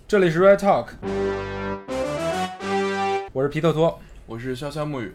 这里是 Red Talk， 我是皮特托， 我是潇潇沐雨。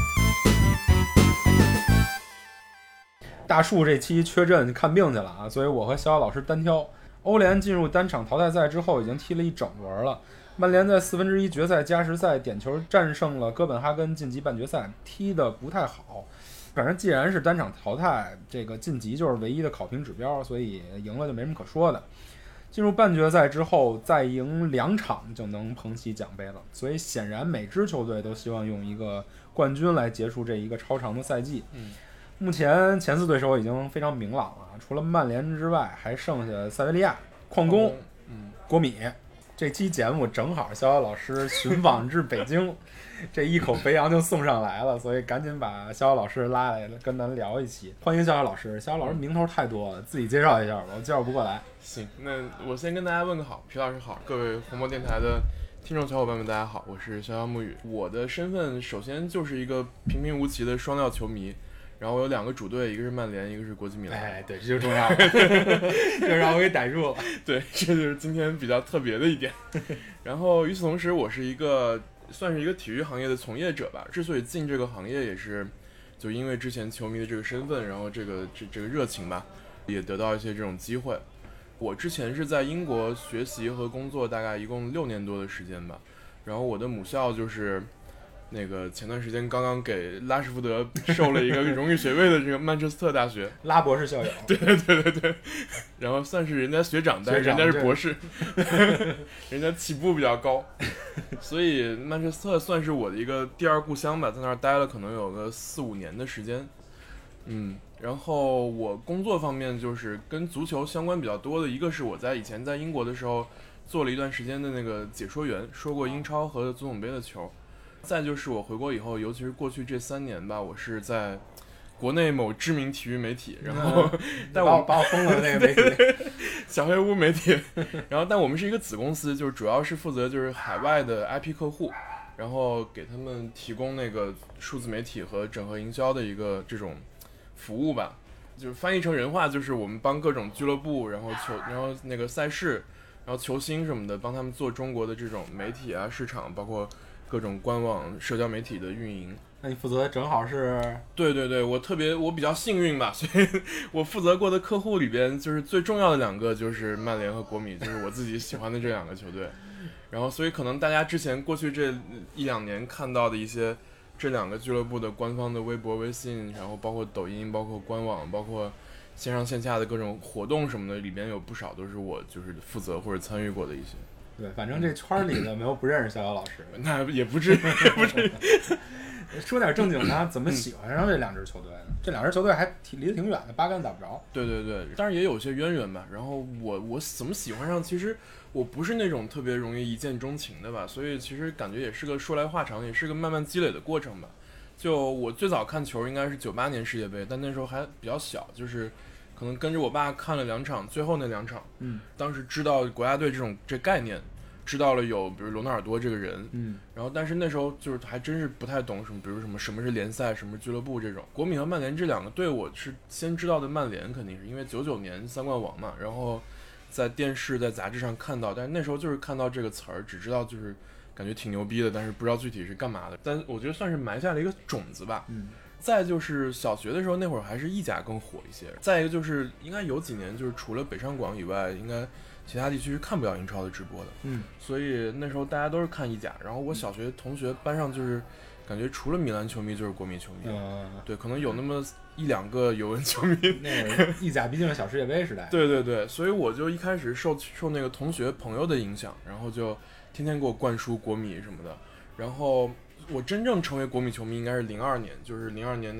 大树这期缺阵看病去了啊，所以我和潇潇老师单挑。欧联进入单场淘汰赛之后，已经踢了一整轮了。曼联在1/4决赛加时赛点球战胜了哥本哈根，晋级半决赛，踢得不太好。反正既然是单场淘汰，这个晋级就是唯一的考评指标，所以赢了就没什么可说的。进入半决赛之后，再赢2场就能捧起奖杯了。所以显然每支球队都希望用一个冠军来结束这一个超长的赛季。目前前4对手已经非常明朗了，除了曼联之外，还剩下塞维利亚、矿工、国米。这期节目正好潇潇老师寻访至北京，这一口肥羊就送上来了，所以赶紧把潇潇老师拉来跟咱聊一期。欢迎潇潇老师，潇潇老师名头太多了，自己介绍一下吧，我介绍不过来。 行，那我先跟大家问个好，皮老师好，各位红魔电台的听众小伙伴们大家好，我是潇潇沐雨。我的身份首先就是一个平平无奇的双料球迷，然后我有2个主队，一个是曼联，一个是国际米兰。 哎，对，这就重要了，就让我给逮住了。 对，这就是今天比较特别的一点。然后与此同时，我是算是一个体育行业的从业者吧。之所以进这个行业，也是就因为之前球迷的这个身份，然后这个热情吧，也得到一些这种机会。我之前是在英国学习和工作，大概一共6年多的时间吧。然后我的母校就是那个前段时间刚刚给拉什福德授了一个荣誉学位的这个曼彻斯特大学。 拉博士校友。 对，然后算是人家学长，但是人家是博士，人家起步比较高，所以曼彻斯特算是我的一个第2故乡吧，在那儿待了可能有个4-5年的时间。然后我工作方面就是跟足球相关比较多的，一个是我以前在英国的时候做了一段时间的那个解说员，说过英超和足总杯的球。再就是我回国以后，尤其是过去这3年吧，我是在国内某知名体育媒体，然后但把我封了那个媒体小黑屋媒体，然后但我们是一个子公司，就是主要是负责就是海外的 IP 客户，然后给他们提供那个数字媒体和整合营销的一个这种服务吧，就是翻译成人话就是我们帮各种俱乐部，然后那个赛事，然后球星什么的，帮他们做中国的这种媒体啊市场，包括各种官网社交媒体的运营。 那你负责正好是？ 对，我比较幸运吧，所以我负责过的客户里边，就是最重要的2个就是曼联和国米，就是我自己喜欢的这2个球队。然后所以可能大家之前过去这1-2年看到的一些这2个俱乐部的官方的微博、微信，然后包括抖音，包括官网，包括线上线下的各种活动什么的，里边有不少都是我就是负责或者参与过的一些。 对，反正这圈里的没有不认识潇潇老师。 那也不至于，不至于。 说点正经的，怎么喜欢上这2支球队呢？这2支球队还离得挺远的，8竿打不着。 对，当然也有些渊源吧。然后我怎么喜欢上，其实我不是那种特别容易一见钟情的吧，所以其实感觉也是个说来话长，也是个慢慢积累的过程吧。就我最早看球应该是98年世界杯，但那时候还比较小，就是可能跟着我爸看了2场，最后那2场，当时知道国家队这概念，知道了有比如罗纳尔多这个人，然后但是那时候就是还真是不太懂什么，比如什么是联赛，什么是俱乐部这种。国米和曼联这2个队，我是先知道的曼联，肯定是因为99年3冠王嘛，然后在电视在杂志上看到，但是那时候就是看到这个词儿，只知道就是感觉挺牛逼的，但是不知道具体是干嘛的。但我觉得算是埋下了一个种子吧。再就是小学的时候那会儿还是意甲更火一些，再一个就是应该有几年就是除了北上广以外，应该其他地区是看不了英超的直播的。所以那时候大家都是看意甲，然后我小学同学班上就是感觉除了米兰球迷就是国米球迷。对，可能有那么1-2个尤文球迷。 那个意甲毕竟是小世界杯时代。 对，所以我就一开始受那个同学朋友的影响，然后就天天给我灌输国米什么的。然后我真正成为国米球迷应该是02年，就是02年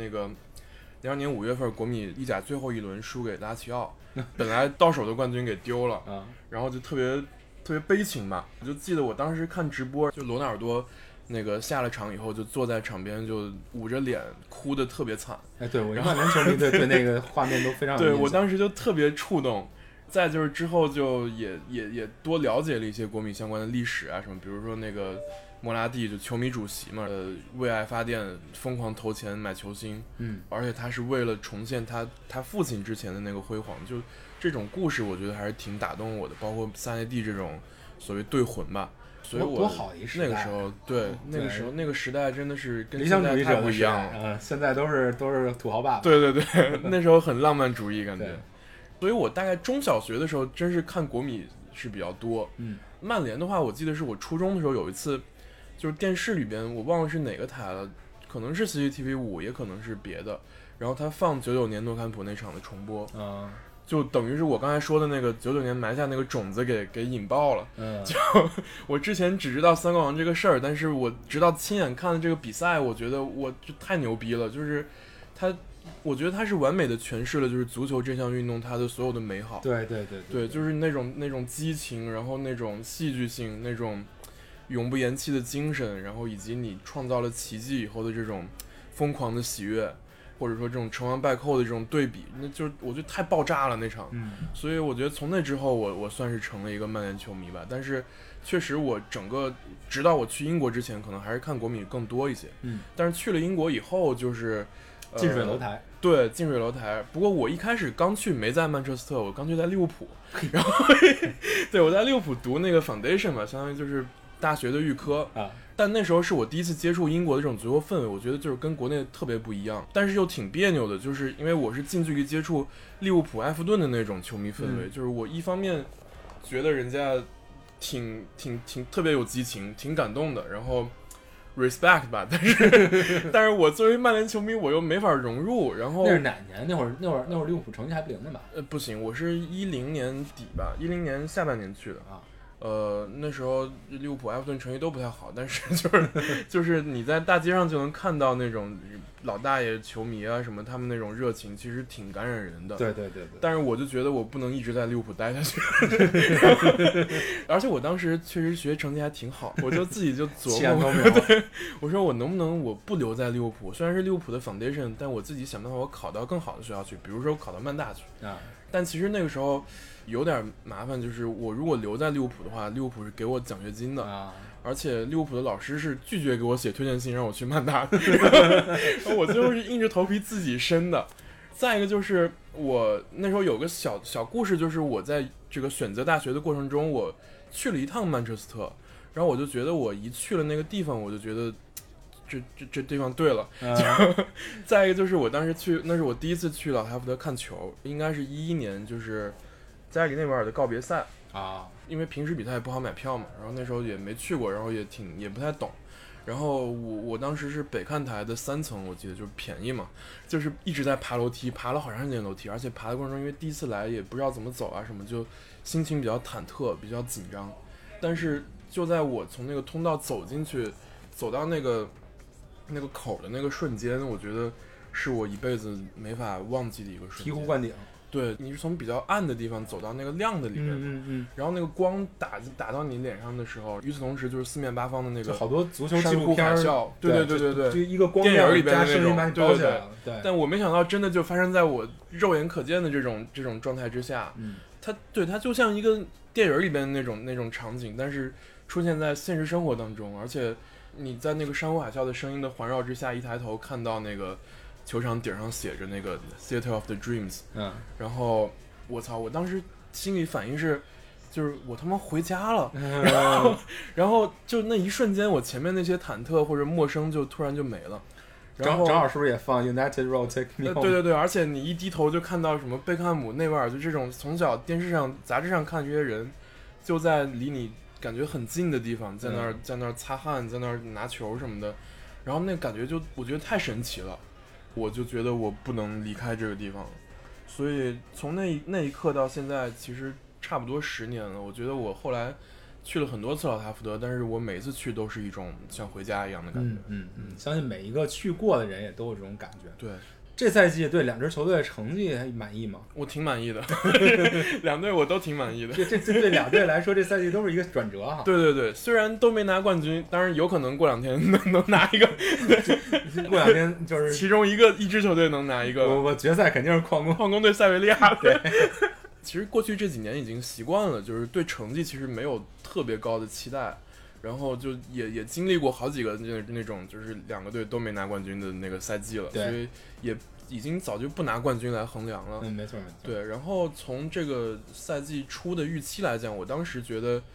02年5月份，国米意甲最后一轮输给拉齐奥，本来到手的冠军给丢了，然后就特别悲情吧。我就记得我当时看直播，就罗纳尔多那个下了场以后就坐在场边就捂着脸哭得特别惨。 对，我曼联球迷对那个画面都非常有印象。 对，我当时就特别触动。再就是之后就也多了解了一些国米相关的历史啊什么，比如说那个莫拉蒂就球迷主席嘛，为爱发电，疯狂投钱买球星，而且他是为了重现他父亲之前的那个辉煌，就这种故事我觉得还是挺打动我的，包括萨内蒂这种所谓队魂吧。所以我多好一时代， 那个时候对那个时候那个时代真的是跟理想主义者不一样了。 现在都是土豪爸爸。 对对对，那时候很浪漫主义感觉。所以我大概中小学的时候真是看国米是比较多。曼联的话，我记得是我初中的时候有一次，就是电视里边我忘了是哪个台了，可能是 CCTV5，也可能是别的。然后他放99年诺坎普那场的重播，就等于是我刚才说的那个99年埋下那个种子给引爆了。就我之前只知道三冠王这个事儿，但是我直到亲眼看了这个比赛，我觉得我就太牛逼了。就是我觉得他是完美的诠释了就是足球这项运动它的所有的美好。对，就是那种激情，然后那种戏剧性，那种永不言弃的精神，然后以及你创造了奇迹以后的这种疯狂的喜悦。或者说这种成王败寇的这种对比，那就是我觉得太爆炸了那场。所以我觉得从那之后我算是成了一个曼联球迷吧。但是确实我整个直到我去英国之前，可能还是看国米更多一些。但是去了英国以后就是近水楼台。 对，近水楼台。不过我一开始刚去没在曼彻斯特，我刚去在利物浦，然后对，我在利物浦读那个 foundation 嘛，相当于就是大学的预科啊。但那时候是我第一次接触英国的这种足球氛围，我觉得就是跟国内特别不一样，但是又挺别扭的，就是因为我是近距离接触利物浦、埃弗顿的那种球迷氛围，就是我一方面觉得人家挺特别有激情，挺感动的，然后 respect 吧，但是我作为曼联球迷，我又没法融入。然后那是哪年？那会儿利物浦成绩还不灵的吧？ 不行，我是10年底吧，10年下半年去的啊。那时候利物浦、埃弗顿成绩都不太好，但是就是你在大街上就能看到那种老大爷球迷啊什么，他们那种热情其实挺感染人的。 对。 但是我就觉得我不能一直在利物浦待下去，而且我当时确实学成绩还挺好，我就自己就琢磨，对，我说我能不能我不留在利物浦？虽然是利物浦的 foundation， 但我自己想办法我考到更好的学校去，比如说我考到曼大去啊。但其实那个时候有点麻烦，就是我如果留在利物浦的话，利物浦是给我奖学金的啊，而且利物浦的老师是拒绝给我写推荐信让我去曼大的，我最后是硬着头皮自己申的。再一个就是我那时候有个小故事，就是我在这个选择大学的过程中，我去了一趟曼彻斯特，然后我就觉得我一去了那个地方，我就觉得这地方对了。再一个就是我当时去，那是我第一次去老哈福德看球，应该是11年，就是加里内维尔的告别赛啊。因为平时比赛也不好买票嘛，然后那时候也没去过，然后也不太懂。然后我当时是北看台的3层，我记得就是便宜嘛，就是一直在爬楼梯，爬了好长时间楼梯，而且爬的过程中因为第一次来也不知道怎么走啊什么，就心情比较忐忑，比较紧张。但是就在我从那个通道走进去，走到那个口的那个瞬间，我觉得是我一辈子没法忘记的一个瞬间。 醍醐灌顶。 对，你是从比较暗的地方走到那个亮的里面，然后那个光打到你脸上的时候，与此同时就是四面八方的那个好多足球纪录片， 对， 就一个光电影里边的那种， 对。但我没想到真的就发生在我肉眼可见的这种状态之下，它就像一个电影里边的那种场景，但是出现在现实生活当中，而且你在那个山呼海啸的声音的环绕之下，一抬头看到那个球场顶上写着那个 Theater of the Dreams， 然后我操，我当时心里反应是，就是我他妈回家了，然后就那一瞬间，我前面那些忐忑或者陌生就突然就没了。然后正好是不是也放 United Road Take Me Home？ 对，而且你一低头就看到什么贝克汉姆、内维尔，就这种从小电视上、杂志上看这些人，就在离你感觉很近的地方，在那儿擦汗，在那儿拿球什么的，然后那感觉就我觉得太神奇了。我就觉得我不能离开这个地方，所以从那一刻到现在，其实差不多10年了。我觉得我后来去了很多次老哈福德，但是我每次去都是一种像回家一样的感觉。 相信每一个去过的人也都有这种感觉。 对， 这赛季对2支球队的成绩还满意吗？ 我挺满意的，两队我都挺满意的。 这对2队来说，这赛季都是一个转折哈。 对，虽然都没拿冠军，当然有可能过2天能拿一个， 过2天就是其中一支球队能拿一个。 我决赛肯定是矿工对塞维利亚。 对。 其实过去这几年已经习惯了，就是对成绩其实没有特别高的期待，然后就也经历过好几个那种就是2个队都没拿冠军的那个赛季了，所以也已经早就不拿冠军来衡量了。 没错。 对，然后从这个赛季初的预期来讲，我当时觉得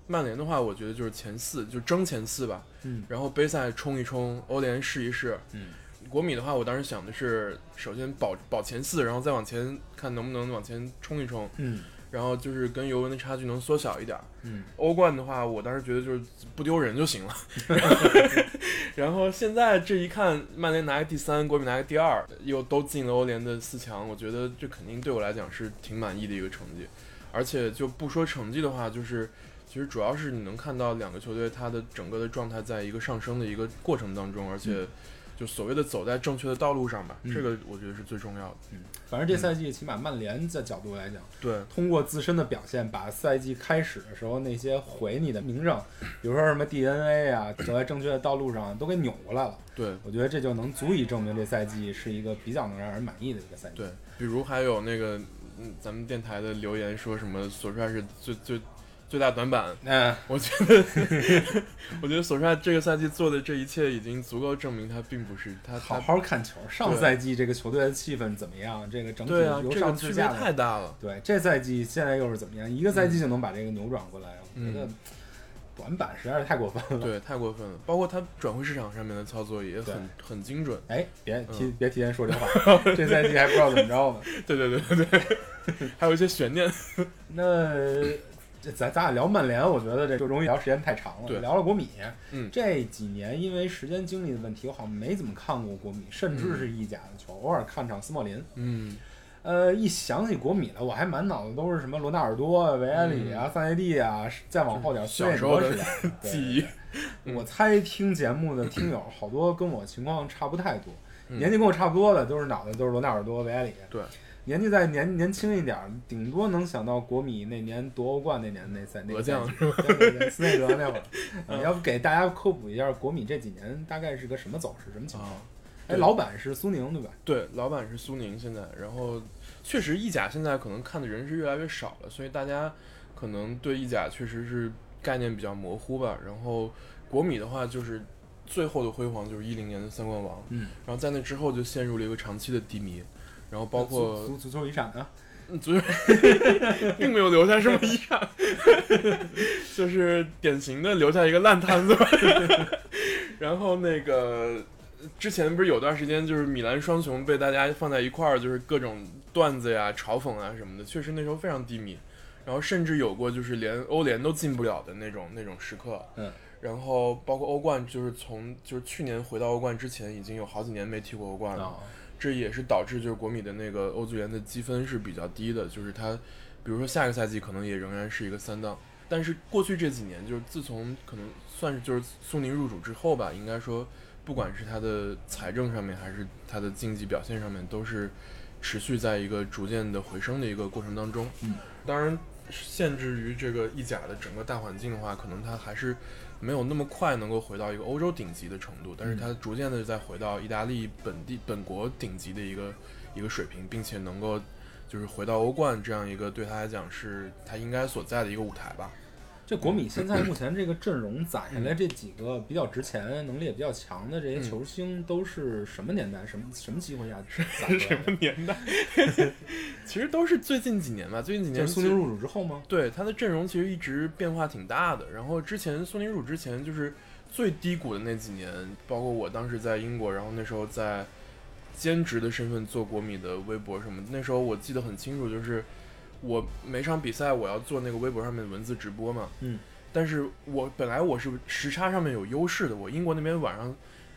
曼联的话，我觉得就是前4，就争前4吧。然后杯赛冲一冲，欧联试一试。国米的话，我当时想的是，首先保前4，然后再往前看能不能往前冲一冲。然后就是跟尤文的差距能缩小一点。欧冠的话，我当时觉得就是不丢人就行了。然后现在这一看，曼联拿个第3，国米拿个第2，又都进了欧联的4强，我觉得这肯定对我来讲是挺满意的一个成绩。而且就不说成绩的话，就是其实主要是你能看到2个球队它的整个的状态在一个上升的一个过程当中，而且就所谓的走在正确的道路上吧，这个我觉得是最重要的。 反正这赛季起码曼联的角度来讲， 对， 通过自身的表现，把赛季开始的时候那些毁你的名声，比如说什么 DNA 啊，走在正确的道路上都给扭过来了。 对， 我觉得这就能足以证明这赛季是一个比较能让人满意的一个赛季。 对，比如还有那个咱们电台的留言说什么索帅是最大短板。我觉得索帅这个赛季做的这一切已经足够证明他并不是他好好看球。上赛季这个球队的气氛怎么样？这个整体由上至下这个区别太大了。 对，这赛季现在又是怎么样？一个赛季就能把这个扭转过来，我觉得短板实在是太过分了。 对，太过分了。包括他转会市场上面的操作也很精准。 哎，别提前说这话，这赛季还不知道怎么着呢。 对，还有一些悬念。 那咱俩聊曼联，我觉得这就容易聊时间太长了。聊了国米，这几年因为时间精力的问题，我好像没怎么看过国米，甚至是意甲的球，偶尔看场斯莫林。一想起国米了，我还满脑子都是什么罗纳尔多、维埃里啊、萨内蒂啊，再往后点小时候的记忆。 我猜听节目的听友好多跟我情况差不太多，年纪跟我差不多的都是脑袋都是罗纳尔多、维埃里。 对。 年纪再年轻一点，顶多能想到国米那年夺欧冠那年那赛， 俄将是吧？对，斯内德那会儿。要不给大家科普一下国米这几年大概是个什么走势，什么情况？老板是苏宁对吧？ 对，老板是苏宁现在。然后确实意甲现在可能看的人是越来越少了，所以大家可能对意甲确实是概念比较模糊吧。然后国米的话就是最后的辉煌就是10年的3冠王，然后在那之后就陷入了一个长期的低迷。然后包括足球遗产呢， 足球并没有留下什么遗产，就是典型的留下一个烂摊子。然后那个之前不是有段时间就是米兰双雄被大家放在一块儿，就是各种段子呀、嘲讽啊什么的，确实那时候非常低迷。然后甚至有过就是连欧联都进不了的那种时刻。然后包括欧冠，就是就是去年回到欧冠之前，已经有好几年没踢过欧冠了。这也是导致就是国米的那个欧足联的积分是比较低的，就是他比如说下个赛季可能也仍然是一个3档，但是过去这几年就是自从可能算是就是苏宁入主之后吧，应该说不管是他的财政上面还是他的竞技表现上面，都是持续在一个逐渐的回升的一个过程当中。当然限制于这个意甲的整个大环境的话，可能他还是没有那么快能够回到一个欧洲顶级的程度，但是它逐渐的再回到意大利本国顶级的一个水平，并且能够就是回到欧冠这样一个对他来讲是他应该所在的一个舞台吧。 这国米现在目前这个阵容攒下来这几个比较值钱、能力也比较强的这些球星，都是什么年代、什么机会下攒的？ 什么年代？其实都是最近几年吧。最近几年苏宁入主之后吗？ 对，他的阵容其实一直变化挺大的。然后之前苏宁入主之前，就是最低谷的那几年，包括我当时在英国，然后那时候在兼职的身份做国米的微博什么的，那时候我记得很清楚，就是我每场比赛我要做那个微博上面的文字直播嘛，但是本来我是时差上面有优势的，我英国那边晚上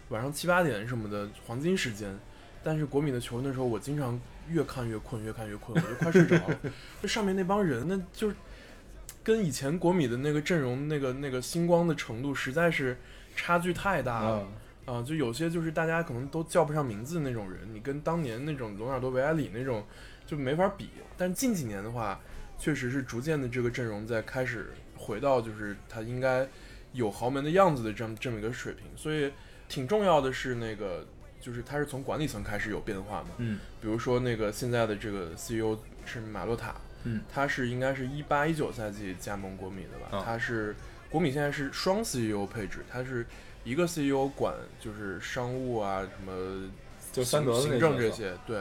7、8点什么的黄金时间，但是国米的球那时候我经常越看越困，我就快睡着了。这上面那帮人，那就是跟以前国米的那个阵容那个星光的程度实在是差距太大了。就有些就是大家可能都叫不上名字的那种人，你跟当年那种罗纳尔多、维埃里那种就没法比。但近几年的话，确实是逐渐的这个阵容在开始回到就是他应该有豪门的样子的这么一个水平。所以挺重要的是那个就是他是从管理层开始有变化嘛，比如说那个现在的这个 CEO 是马洛塔，他是应该是18、19赛季加盟国米的吧，他是国米现在是双 CEO 配置，他是一个 CEO 管就是商务啊什么就三德行政这些，对，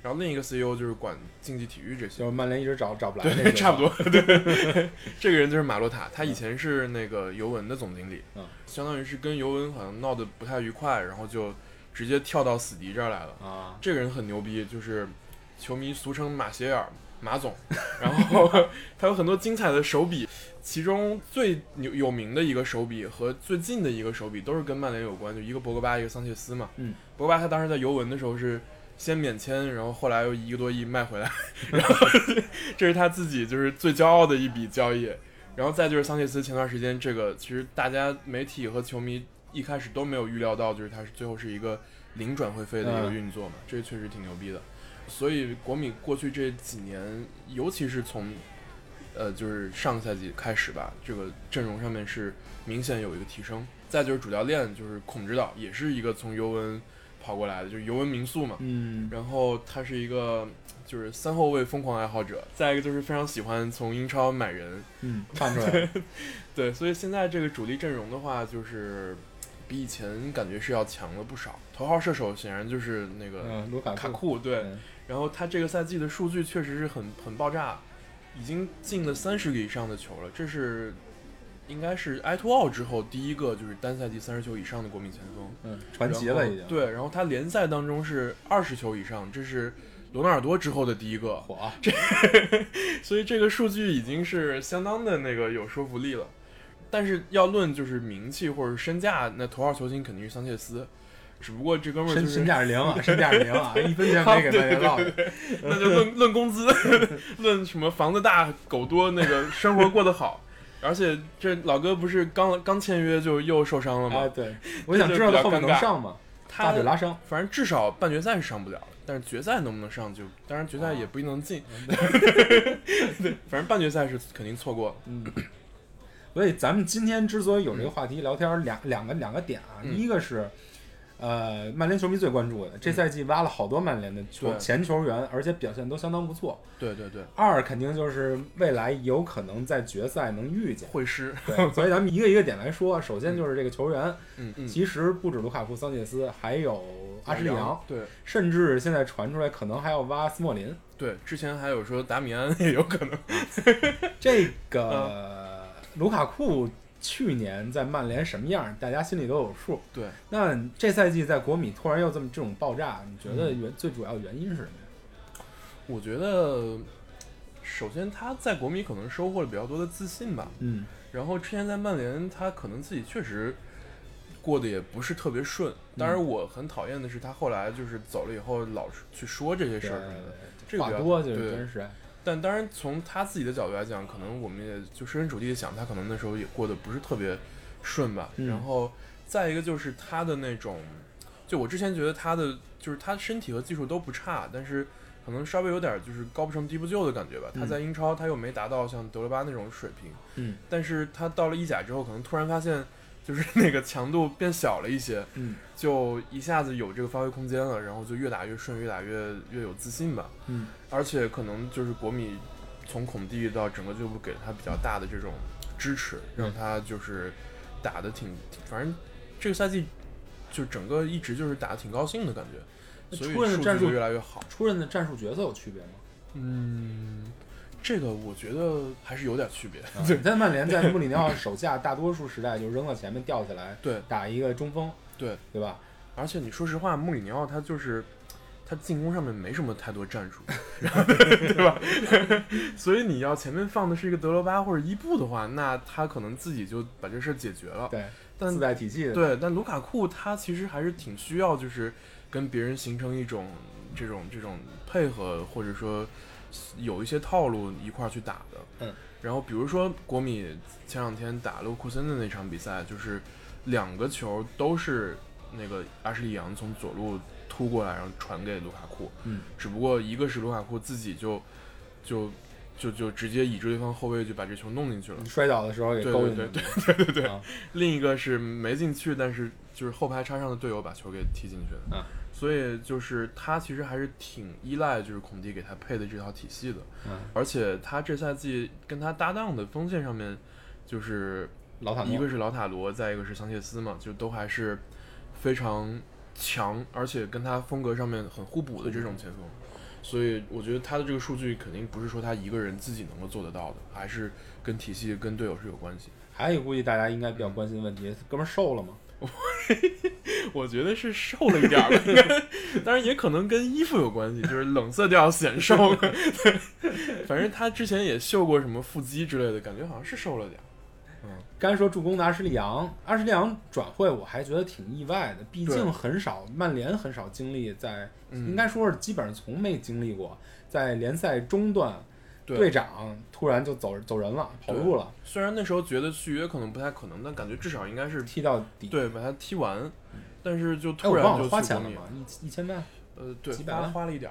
然后另一个 CEO 就是管竞技体育这些， 就是曼联一直找不来那对， 个， 差不多。对，这个人就是马洛塔，他以前是那个尤文的总经理，相当于是跟尤文好像闹得不太愉快，然后就直接跳到死敌这儿来了。啊，这个人很牛逼，就是球迷俗称马歇尔。马总，然后他有很多精彩的手笔，其中最有名的一个手笔和最近的一个手笔都是跟曼联有关，就一个博格巴，一个桑切斯嘛。博格巴他当时在尤文的时候是先免签，然后后来又1个多亿卖回来，然后这是他自己就是最骄傲的一笔交易。然后再就是桑切斯，前段时间这个其实大家媒体和球迷一开始都没有预料到，就是他是最后是一个零转会费的一个运作嘛，这确实挺牛逼的。所以国米过去这几年，尤其是从就是上个赛季开始吧，这个阵容上面是明显有一个提升。再就是主教练就是孔指导，也是一个从尤文跑过来的，就是尤文民宿嘛。然后他是一个就是3后卫疯狂爱好者，再一个就是非常喜欢从英超买人。 看出来。 对，所以现在这个主力阵容的话，就是比以前感觉是要强了不少。头号射手显然就是那个卢卡库，对。然后他这个赛季的数据确实是很爆炸，已经进了30个以上的球了，这是应该是埃托奥之后第一个就是单赛季30球以上的国米前锋， 传奇了已经。 对，然后他联赛当中是20球以上，这是罗纳尔多之后的第一个。所以这个数据已经是相当的那个有说服力了。但是要论就是名气或者身价，那头号球星肯定是桑切斯。只不过这哥们儿就是身价是0啊，身价是0啊，1分钱没给曼联落。 那就论工资，论什么房子大狗多，那个生活过得好。而且这老哥不是刚签约就又受伤了吗？ 对，我想知道他后面能上吗？大腿拉伤， 反正至少半决赛是上不了，但是决赛能不能上就，当然决赛也不一定能进。对，反正半决赛是肯定错过了。 所以咱们今天之所以有这个话题聊天，两个点啊，第一个是。曼联球迷最关注的，这赛季挖了好多曼联的前球员，而且表现都相当不错。 对对对。 2肯定就是未来有可能在决赛能遇见会师。 对，所以咱们一个一个点来说。首先就是这个球员，其实不止卢卡库、桑切斯，还有阿什利杨， 对， 甚至现在传出来可能还要挖斯莫林。 对，之前还有说达米安也有可能。 这个卢卡库。去年在曼联什么样，大家心里都有数。 对， 那这赛季在国米突然又这种爆炸，你觉得最主要的原因是什么呀？ 我觉得，首先他在国米可能收获了比较多的自信吧。然后之前在曼联，他可能自己确实过得也不是特别顺。当然，我很讨厌的是他后来就是走了以后老是去说这些事儿什么的，这个话多就是真是。 但当然，从他自己的角度来讲，可能我们也就设身处地的想，他可能那时候也过得不是特别顺吧。然后再一个就是他的那种，就我之前觉得他的就是他身体和技术都不差，但是可能稍微有点就是高不成低不就的感觉吧。他在英超他又没达到像德罗巴那种水平，但是他到了意甲之后，可能突然发现就是那个强度变小了一些，就一下子有这个发挥空间了，然后就越打越顺，越打越有自信吧。而且可能就是国米从孔蒂到整个俱乐部给了他比较大的这种支持，让他就是打得反正这个赛季就整个一直就是打得挺高兴的感觉，所以数据就越来越好。 出任的战术角色有区别吗？ 这个我觉得还是有点区别。 对，在曼联在穆里尼奥手下，大多数时代就扔到前面吊起来， 对， 打一个中锋，对吧？ 而且你说实话，穆里尼奥他就是他进攻上面没什么太多战术，对吧？所以你要前面放的是一个德罗巴或者伊布的话，那他可能自己就把这事解决了。 对， 但自带体系的。 对，但卢卡库他其实还是挺需要，就是跟别人形成一种这种配合，或者说有一些套路一块去打的。然后比如说国米前两天打勒沃库森的那场比赛，就是2个球都是那个阿什利杨从左路突过来，然后传给卢卡库。只不过一个是卢卡库自己就直接倚着对方后卫就把这球弄进去了， 摔倒的时候给勾进去。 对。另一个是没进去，但是就是后排插上的队友把球给踢进去的。所以就是他其实还是挺依赖就是孔蒂给他配的这套体系的。而且他这赛季跟他搭档的锋线上面就是一个是老塔罗，再一个是桑切斯嘛，就都还是非常强，而且跟他风格上面很互补的这种前锋。 所以我觉得他的这个数据肯定不是说他一个人自己能够做得到的，还是跟体系跟队友是有关系。 还有一个估计大家应该比较关心的问题，哥们儿瘦了吗？ 我觉得是瘦了一点吧，当然也可能跟衣服有关系，就是冷色调显瘦。反正他之前也秀过什么腹肌之类的，感觉好像是瘦了点。 刚才说助攻的阿什利杨转会，我还觉得挺意外的，毕竟很少，曼联很少经历在，应该说是基本上从没经历过在联赛中段。队长突然就走人了，跑路了。 虽然那时候觉得续约可能不太可能，但感觉至少应该是踢到底， 对，把他踢完。但是就突然就花钱了嘛，1000万， 对， 几百万花了一点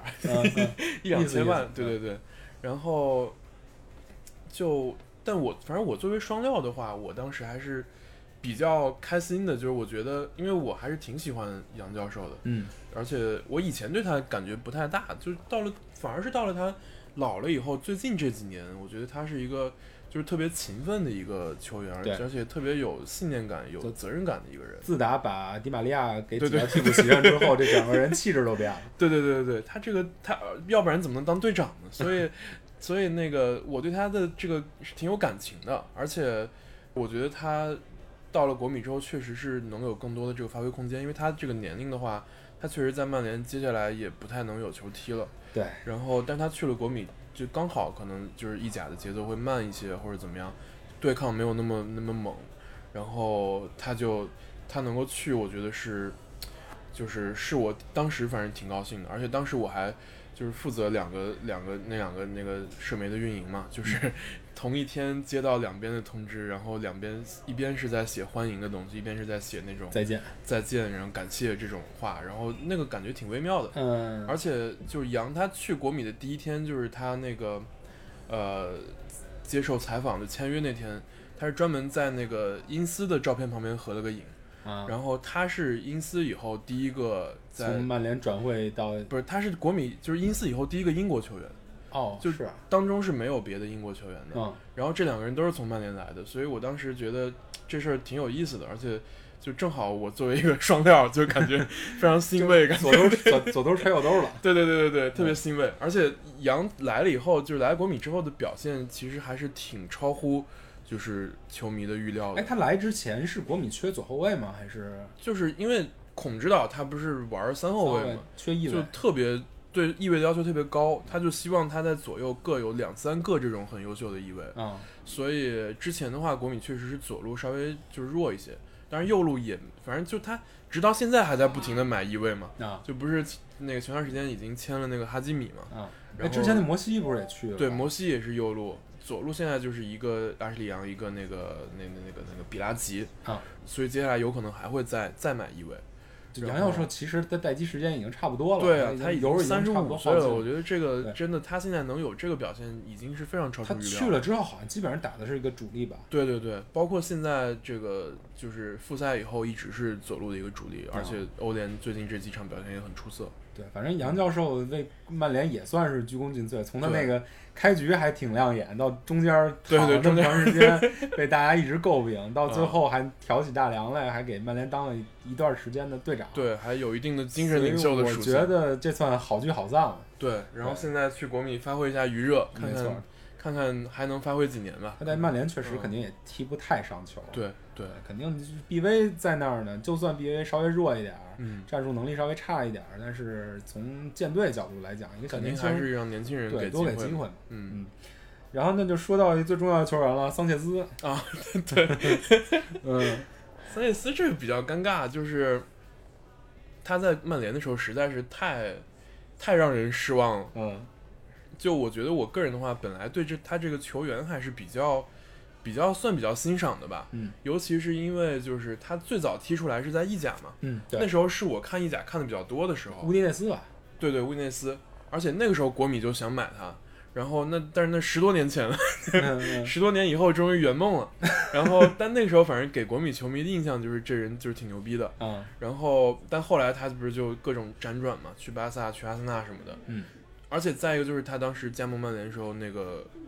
，1-2千万，对。然后但反正我作为双料的话，我当时还是比较开心的，就是我觉得，因为我还是挺喜欢杨教授的，而且我以前对他感觉不太大，就是反而是到了他老了以后，最近这几年，我觉得他是一个就是特别勤奋的一个球员，而且特别有信念感、有责任感的一个人。 自打把迪玛利亚给挤到替补席上之后，这整个人气质都变了。 对，他要不然怎么能当队长呢？所以那个我对他的这个是挺有感情的，而且我觉得他到了国米之后，确实是能有更多的这个发挥空间，因为他这个年龄的话，他确实在曼联接下来也不太能有球踢了。 对， 然后但他去了国米，就刚好可能就是意甲的节奏会慢一些，或者怎么样，对抗没有那么猛，然后他能够去，我觉得是我当时反正挺高兴的，而且当时我还就是负责两个那个社媒的运营嘛，就是同一天接到两边的通知，然后两边一边是在写欢迎的东西，一边是在写那种再见，然后感谢这种话，然后那个感觉挺微妙的。而且就是杨他去国米的第一天，就是他那个接受采访的签约那天，他是专门在那个因斯的照片旁边合了个影。然后他是因斯以后第一个从曼联转会到， 不是，他是国米就是因斯以后第一个英国球员。 就是当中是没有别的英国球员的。然后这两个人都是从曼联来的，所以我当时觉得这事儿挺有意思的，而且就正好我作为一个双料，就感觉非常欣慰，感觉左兜揣右兜了。 对，特别欣慰。而且杨来了以后，就是来国米之后的表现，其实还是挺超乎就是球迷的预料的。 他来之前是国米缺左后卫吗？还是就是因为孔指导他不是玩3后卫吗？ 缺翼位， 就特别对翼位的要求特别高，他就希望他在左右各有2-3个这种很优秀的翼位。所以之前的话，国米确实是左路稍微就是弱一些，当然右路也，反正就他直到现在还在不停的买翼位嘛。就不是那个前段时间已经签了那个哈基米嘛。 然后之前的摩西不是也去了？ 对，摩西也是右路。左路现在就是一个阿什利杨，一个那个比拉吉。所以接下来有可能还会再买翼位。 杨教授其实的待机时间已经差不多了。 对啊，他已经 35 岁了。我觉得这个真的，他现在能有这个表现，已经是非常超出预料。 他去了之后，好像基本上打的是一个主力吧。 对，包括现在这个就是复赛以后，一直是左路的一个主力，而且欧联最近这几场表现也很出色。 对，反正杨教授为曼联也算是鞠躬尽瘁，从他那个开局还挺亮眼，到中间躺了这么长时间，被大家一直诟病，到最后还挑起大梁来，还给曼联当了一段时间的队长。 对，还有一定的精神领袖的属性。 我觉得这算好聚好散了。 对，然后现在去国米发挥一下余热，看看还能发挥几年吧。 他在曼联确实肯定也踢不太上球。 对， 肯定 BV 在那儿呢，就算 BV 稍微弱一点，战术能力稍微差一点，但是从建队角度来讲，一个小年轻还是让年轻人多给机会。然后那就说到最重要的球员了，桑切斯啊，对，桑切斯这个比较尴尬，就是他在曼联的时候实在是太让人失望了。就我觉得我个人的话，本来对他这个球员还是比较欣赏的吧。尤其是因为就是他最早踢出来是在意甲嘛。那时候是我看意甲看的比较多的时候。 乌迪内斯吧。 对，乌迪内斯，而且那个时候国米就想买他。然后但是那10多年前了，10多年以后终于圆梦了。然后但那个时候反正给国米球迷的印象就是这人就是挺牛逼的。然后但后来他不是就各种辗转嘛，去巴萨、去阿森纳什么的。而且再一个就是他当时加盟曼联的时候那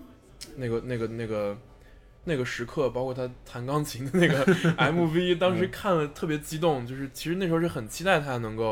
个时刻，包括他弹钢琴的那个 MV， 当时看了特别激动，就是其实那时候是很期待他能够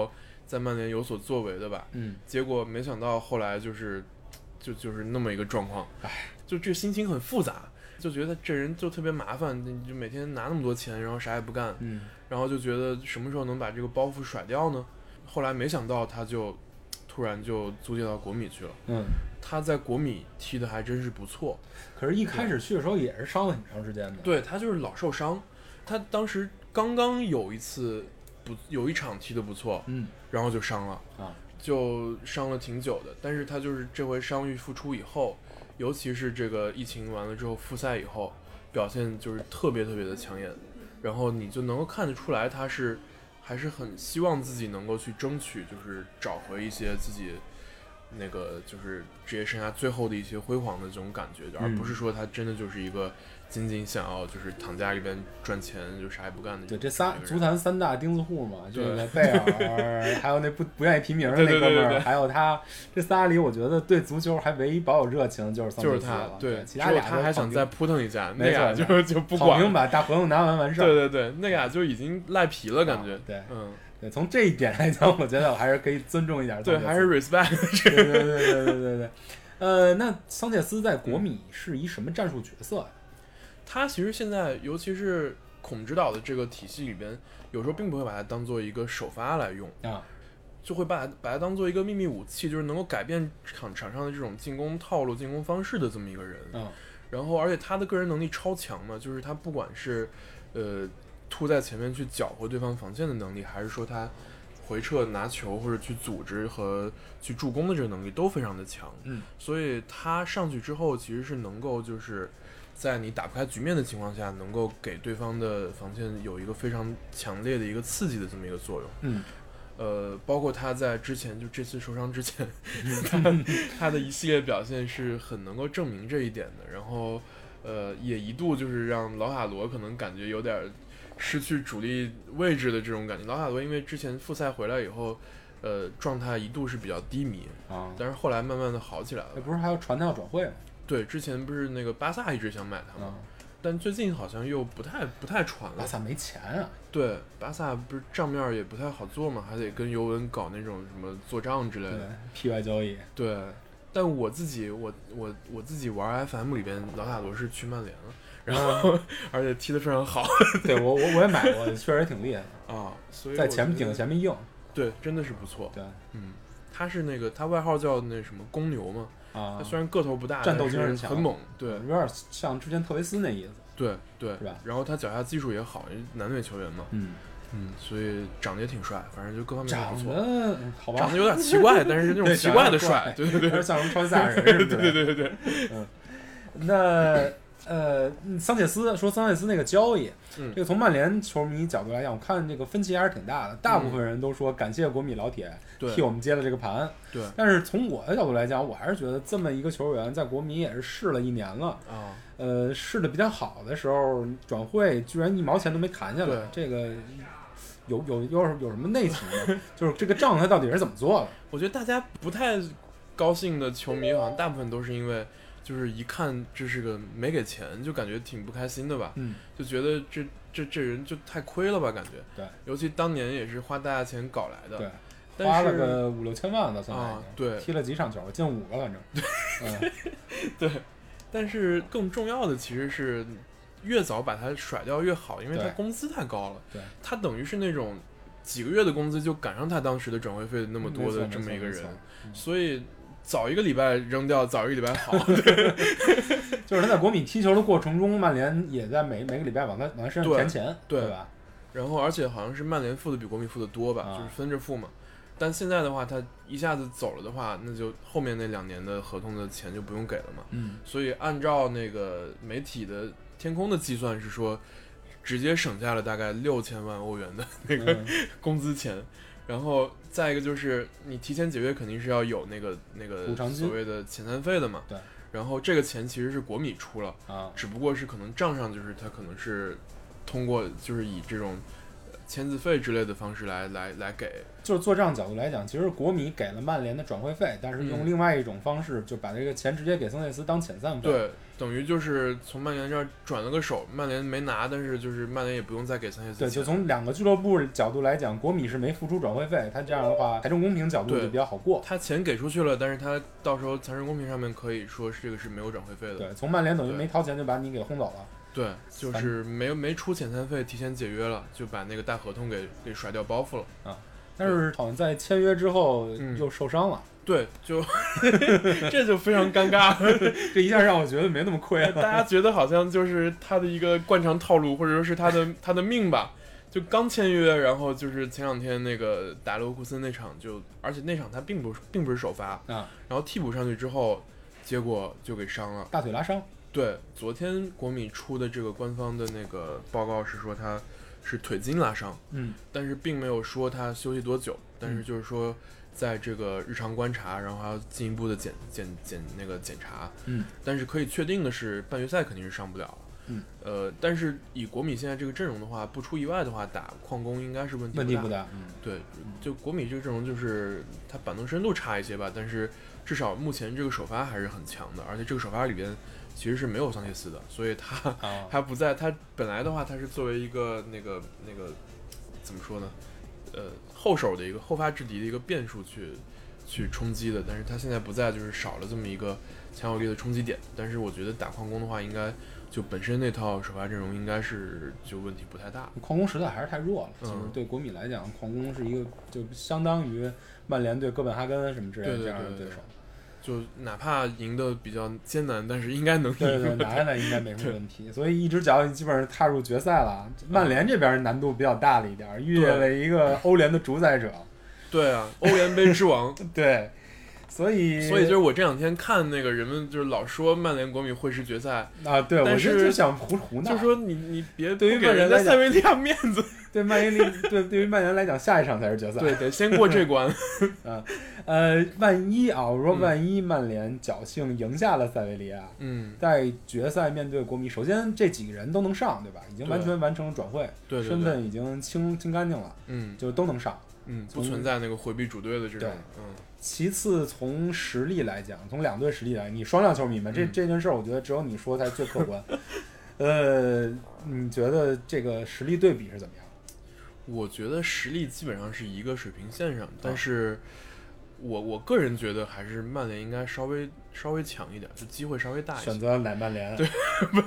在曼联有所作为的吧。结果没想到后来就是那么一个状况，就这个心情很复杂，就觉得这人就特别麻烦，就每天拿那么多钱，然后啥也不干，然后就觉得什么时候能把这个包袱甩掉呢？后来没想到他就突然就租借到国米去了。他在国米踢的还真是不错， 可是一开始去的时候也是伤了很长时间的。 对，他就是老受伤，他当时刚刚有一场踢得不错，然后就伤了就伤了挺久的。但是他就是这回伤愈复出以后，尤其是这个疫情完了之后复赛以后，表现就是特别特别的抢眼，然后你就能够看得出来他还是很希望自己能够去争取，就是找回一些自己那个就是职业生涯最后的一些辉煌的这种感觉，而不是说他真的就是一个仅仅想要就是躺家里边赚钱就啥也不干的。 对，这足坛三大钉子户嘛，这个贝尔，还有那不愿意提名的那哥们儿，还有他，这仨里我觉得对足球还唯一保有热情就是桑切斯了。 对， 其他俩他还想再扑腾一下，那俩就不管， 跑兵把大合同拿完事儿。 对，那俩就已经赖皮了感觉。 对，对，从这一点来讲，我觉得我还是可以尊重一点。 对，还是 respect。 对。那桑切斯在国米是一什么战术角色呀？ 他其实现在，尤其是孔指导的这个体系里边，有时候并不会把它当做一个首发来用就会把它当做一个秘密武器，就是能够改变场上的这种进攻套路、进攻方式的这么一个人。然后，而且他的个人能力超强嘛，就是他不管是突在前面去搅和对方防线的能力，还是说他回撤拿球或者去组织和去助攻的这个能力都非常的强。所以他上去之后，其实是能够就是在你打不开局面的情况下，能够给对方的防线有一个非常强烈的一个刺激的这么一个作用。包括他在之前就这次受伤之前他的一系列表现是很能够证明这一点的。然后也一度就是让劳塔罗可能感觉有点失去主力位置的这种感觉。劳塔罗因为之前复赛回来以后状态一度是比较低迷但是后来慢慢的好起来了。 不是还要传他要转会吗？ 对，之前不是那个巴萨一直想买他吗？但最近好像又不太传了。 巴萨没钱啊。 对，巴萨不是账面也不太好做嘛，还得跟尤文搞那种什么做账之类的 PY 交易。 对，但我自己玩 FM 里边，劳塔罗是去曼联了，然后而且踢得非常好。 对，我也买过，确实也挺厉害的所以在前面顶前面硬。 对，真的是不错。 对， 他是那个他外号叫那什么公牛嘛。他虽然个头不大， 战斗精神强， 很猛。对， 有点像之前特维斯那意思。 对， 是吧？ 然后他脚下技术也好，南美球员嘛。所以长得也挺帅，反正就各方面都不错。 好吧， 长得有点奇怪，但是那种奇怪的帅。对， 像什么超级赛亚人似的。对。 那桑切斯那个交易，这个从曼联球迷角度来讲，我看这个分歧还是挺大的。大部分人都说感谢国米老铁替我们接了这个盘。 对。 但是从我的角度来讲，我还是觉得这么一个球员在国米也是试了1年了试的比较好的时候转会居然1毛钱都没谈下来，这个有什么内情呢？就是这个账他到底是怎么做的？ 我觉得大家不太高兴的球迷好像大部分都是因为就是一看这是个没给钱，就感觉挺不开心的吧。就觉得这人就太亏了吧，感觉。 对， 尤其当年也是花大价钱搞来的。 对，花了个5-6千万的算对， 踢了几场球，进5个反正。 对，但是更重要的其实是越早把他甩掉越好，因为他工资太高了。 对， 他等于是那种几个月的工资就赶上他当时的转会费那么多的这么一个人，所以早一个礼拜扔掉，早一个礼拜好。 就是他在国米踢球的过程中，曼联也在每个礼拜往他身上填钱，对吧？ 然后而且好像是曼联付的比国米付的多吧，就是分着付嘛。但现在的话，他一下子走了的话，那就后面那2年的合同的钱就不用给了嘛。所以按照那个媒体的天空的计算是说，直接省下了大概6000万欧元的那个工资钱。然后再一个就是你提前解约肯定是要有那个所谓的遣散费的嘛。 对。 然后这个钱其实是国米出了只不过是可能账上就是他可能是通过就是以这种签字费之类的方式来给。 就是做账角度来讲，其实国米给了曼联的转会费，但是用另外一种方式，就把这个钱直接给桑切斯当遣散费。 对，等于就是从曼联这儿转了个手，曼联没拿，但是就是曼联也不用再给桑切斯钱。 对，就从两个俱乐部角度来讲，国米是没付出转会费，他这样的话财政公平角度就比较好过。 他钱给出去了，但是他到时候财政公平上面可以说这个是没有转会费的。 对，从曼联等于没掏钱就把你给轰走了。 对，就是没出遣散费，提前解约了，就把那个大合同给甩掉包袱了啊。但是好像在签约之后又受伤了。 对，就这就非常尴尬， 这一下让我觉得没那么亏了。 大家觉得好像就是他的一个惯常套路，或者说是他的命吧。就刚签约，然后就是前两天那个打勒沃库森那场而且那场他并不是首发啊， 然后替补上去之后，结果就给伤了， 大腿拉伤。 对，昨天国米出的这个官方的那个报告是说他是腿筋拉伤，但是并没有说他休息多久，但是就是说在这个日常观察，然后还要进一步的检查，但是可以确定的是半决赛肯定是上不了了，但是以国米现在这个阵容的话，不出意外的话，打矿工应该是问题不大，对，就国米这个阵容就是它板凳深度差一些吧，但是至少目前这个首发还是很强的，而且这个首发里边其实是没有桑切斯的，所以他不在，他本来的话他是作为一个那个怎么说呢，后手的一个后发制敌的一个变数去冲击的，但是他现在不在，就是少了这么一个强有力的冲击点。但是我觉得打矿工的话，应该就本身那套首发阵容应该是就问题不太大。 矿工实在还是太弱了，其实对国米来讲，矿工是一个就相当于曼联对哥本哈根什么之类的这样的对手。 就哪怕赢得比较艰难，但是应该能赢。 对，拿下来应该没什么问题。所以一只脚基本上踏入决赛了。曼联这边难度比较大了一点，遇见了一个欧联的主宰者。 对啊，欧联杯之王。 对，所以就是我这两天看那个人们就是老说曼联国米会师决赛啊，对， 但是我就想胡闹， 就说你别对于给人家塞维利亚面子。 对对于曼联来讲，下一场才是决赛。 对，得先过这关。 万一啊，我说万一曼联侥幸赢下了塞维利亚，在决赛面对国米，首先这几个人都能上，对吧？已经完全完成了转会， 对， 身份已经清干净了，就都能上， 不存在那个回避主队的这种， 其次，从实力来讲，从两队实力来，你双料球迷们，这件事儿，我觉得只有你说才最客观。你觉得这个实力对比是怎么样？ 我觉得实力基本上是一个水平线上，但是我个人觉得还是曼联应该稍微强一点，就机会稍微大一些。 选择奶曼联。 对，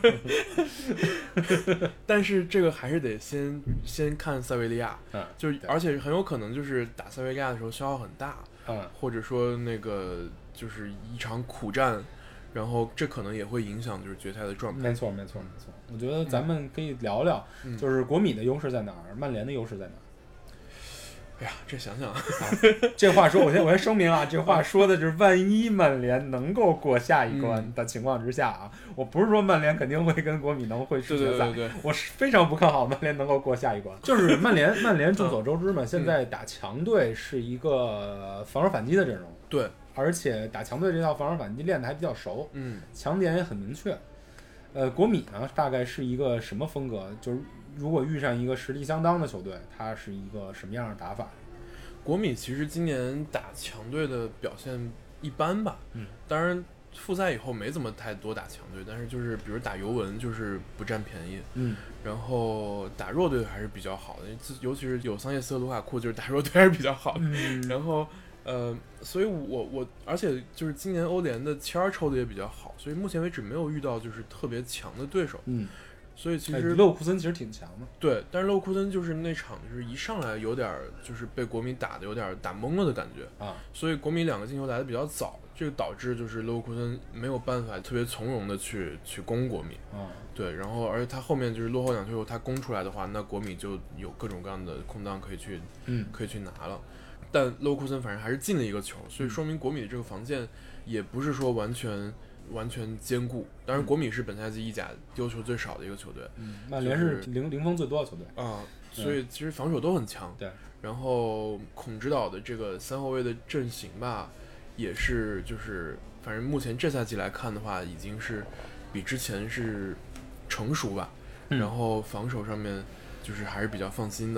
但是这个还是得先看塞维利亚，而且很有可能就是打塞维利亚的时候消耗很大，或者说那个就是一场苦战。然后这可能也会影响就是决赛的状态。 没错。我觉得咱们可以聊聊，就是国米的优势在哪儿，曼联的优势在哪儿。 哎呀，这想想这话说，我先声明啊，这话说的是万一曼联能够过下一关的情况之下啊，我不是说曼联肯定会跟国米能会师决赛， 对， 我是非常不看好曼联能够过下一关。就是曼联众所周知嘛，现在打强队是一个防守反击的阵容， 对。 而且打强队这套防守反击练得还比较熟，强点也很明确。国米呢，大概是一个什么风格？就是如果遇上一个实力相当的球队，它是一个什么样的打法？ 国米其实今年打强队的表现一般吧，当然复赛以后没怎么太多打强队，但是就是比如打尤文就是不占便宜，然后打弱队还是比较好的，尤其是有桑切斯和卢卡库，就是打弱队还是比较好的，然后。所以我而且就是今年欧联的签儿抽的也比较好，所以目前为止没有遇到就是特别强的对手。所以其实勒沃库森其实挺强的。 对，但是勒沃库森就是那场就是一上来有点就是被国米打的有点打懵了的感觉啊， 所以国米2个进球来的比较早，这个导致就是勒沃库森没有办法特别从容的去攻国米啊。 对，然后而且他后面就是落后2球以后他攻出来的话，那国米就有各种各样的空档可以去拿了。但勒沃库森反正还是进了一个球，所以说明国米的这个防线也不是说完全坚固。当然，国米是本赛季意甲丢球最少的一个球队， 曼联是零封最多的球队啊，所以其实防守都很强。 对， 然后孔指导的这个3后卫的阵型吧，也是就是反正目前这赛季来看的话，已经是比之前是成熟吧。然后防守上面就是还是比较放心的。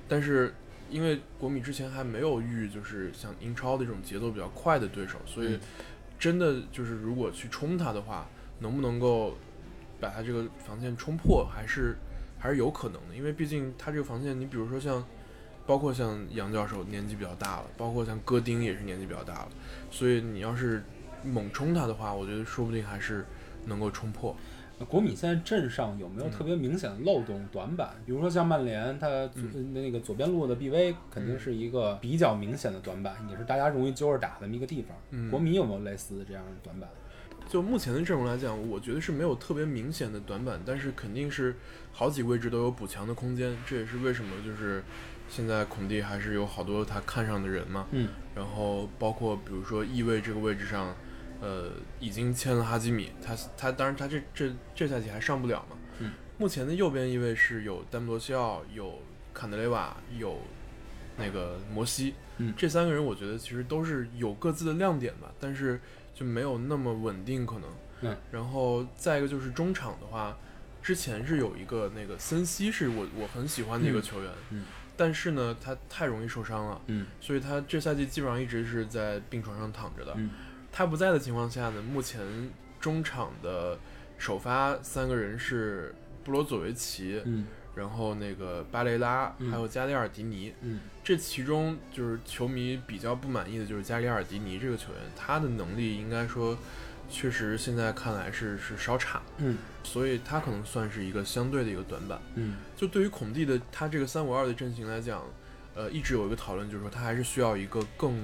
但是因为国米之前还没有遇就是像英超的这种节奏比较快的对手，所以真的就是如果去冲他的话，能不能够把他这个防线冲破，还是有可能的。因为毕竟他这个防线，你比如说包括像杨教授年纪比较大了，包括像戈丁也是年纪比较大了，所以你要是猛冲他的话，我觉得说不定还是能够冲破。 国米现在阵上有没有特别明显的漏洞、短板？比如说像曼联，它那个左边路的 BV 肯定是一个比较明显的短板，也是大家容易揪着打的这么一个地方。国米有没有类似的这样的短板？ 就目前的阵容来讲，我觉得是没有特别明显的短板，但是肯定是好几个位置都有补强的空间。这也是为什么就是现在孔蒂还是有好多他看上的人嘛。然后包括比如说翼位这个位置上。已经签了哈基米，他当然他这赛季还上不了嘛。目前的右边翼位是有丹布罗西奥、有坎德雷瓦、有那个摩西。这三个人我觉得其实都是有各自的亮点吧，但是就没有那么稳定可能。然后再一个就是中场的话，之前是有一个那个森西是我很喜欢的一个球员。但是呢，他太容易受伤了。所以他这赛季基本上一直是在病床上躺着的。他不在的情况下呢，目前中场的首发三个人是布罗佐维奇，然后那个巴雷拉，还有加里尔迪尼。这其中就是球迷比较不满意的就是加里尔迪尼这个球员，他的能力应该说确实现在看来是稍差。所以他可能算是一个相对的一个短板。就对于孔蒂的他这个352的阵型来讲，一直有一个讨论，就是说他还是需要一个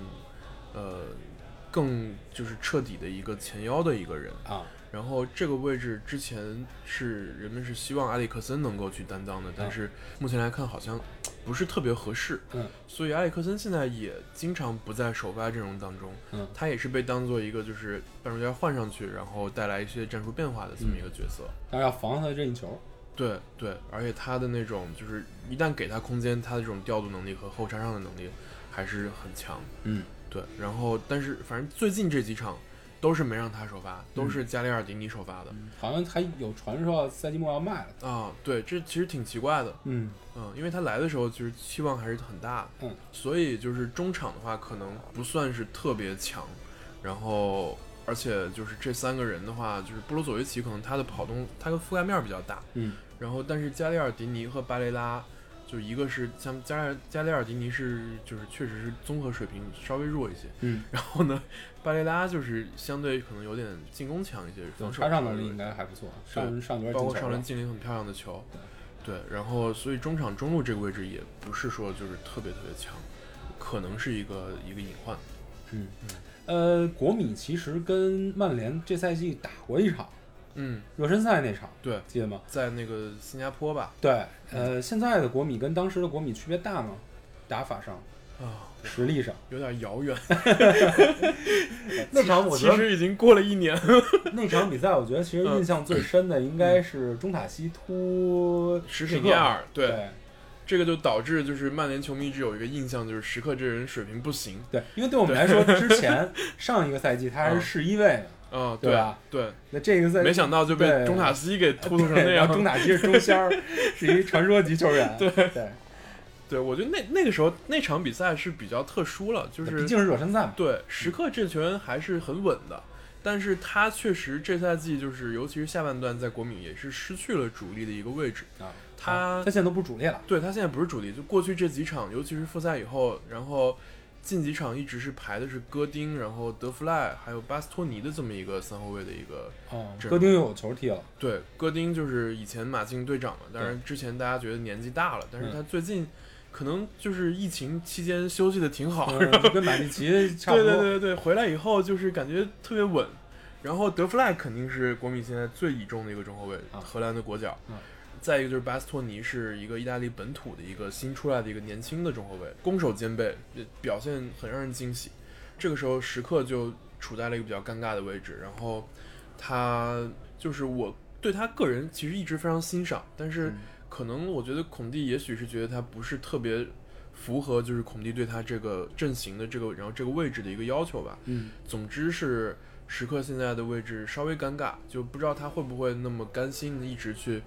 更就是彻底的一个前腰的一个人啊。 然后这个位置之前人们是希望埃里克森能够去担当的，但是目前来看好像不是特别合适。所以埃里克森现在也经常不在首发阵容当中。他也是被当做一个就是半路加换上去，然后带来一些战术变化的这么一个角色。 但是要防他的任意球。 对，而且他的那种就是一旦给他空间，他的这种调度能力和后插上的能力还是很强。对，然后但是反正最近这几场都是没让他首发，都是加里尔迪尼首发的。 好像还有传说赛季末要卖了啊。对，这其实挺奇怪的。因为他来的时候就是期望还是很大的。所以就是中场的话可能不算是特别强，然后而且就是这三个人的话，就是布罗佐维奇可能他的跑动他的覆盖面比较大。然后但是加里尔迪尼和巴雷拉。就一个是像加里尔迪尼就是确实是综合水平稍微弱一些。然后呢，巴雷拉就是相对可能有点进攻强一些，防守插上能力应该还不错，上轮包括上轮进了很漂亮的球。对，然后所以中场中路这个位置也不是说就是特别强，可能是一个隐患。 国米其实跟曼联这赛季打过一场。热身赛那场， 对， 记得吗？ 在那个新加坡吧。 对，现在的国米跟当时的国米区别大吗？打法上实力上有点遥远。 那场我觉得其实已经过了1年。 那场比赛我觉得其实印象最深的应该是中塔西突史铁尼尔。对，这个就导致就是曼联球迷一直有一个印象，就是时刻这人水平不行。 对，因为对我们来说，之前上一个赛季他还是世一位的。对吧？ 对， 那这个赛没想到就被中塔西给突突成那样。 然后中塔西是中仙儿，是一传说级球员。 对，我觉得那个时候那场比赛是比较特殊了，就是毕竟是热身赛嘛。 对，时刻这球员还是很稳的，但是他确实这赛季就是尤其是下半段在国米也是失去了主力的一个位置。他现在都不是主力了。 对，他现在不是主力，就过去这几场，尤其是复赛以后，然后。近几场一直是排的是戈丁，然后德弗赖还有巴斯托尼的这么一个三后卫的一个。 戈丁有球踢了。 对，戈丁就是以前马竞队长嘛，当然之前大家觉得年纪大了，但是他最近可能就是疫情期间休息的挺好，然后跟马蒂奇差不多。 对，回来以后就是感觉特别稳。然后德弗赖肯定是国米现在最倚重的一个中后卫，荷兰的国脚。再一个就是巴斯托尼是一个意大利本土的一个新出来的一个年轻的中后卫，攻守兼备，表现很让人惊喜。这个时候时刻就处在了一个比较尴尬的位置，然后他就是我对他个人其实一直非常欣赏，但是可能我觉得孔蒂也许是觉得他不是特别符合就是孔蒂对他这个阵型的这个位置的一个要求吧。总之是时刻现在的位置稍微尴尬，就不知道他会不会那么甘心的一直去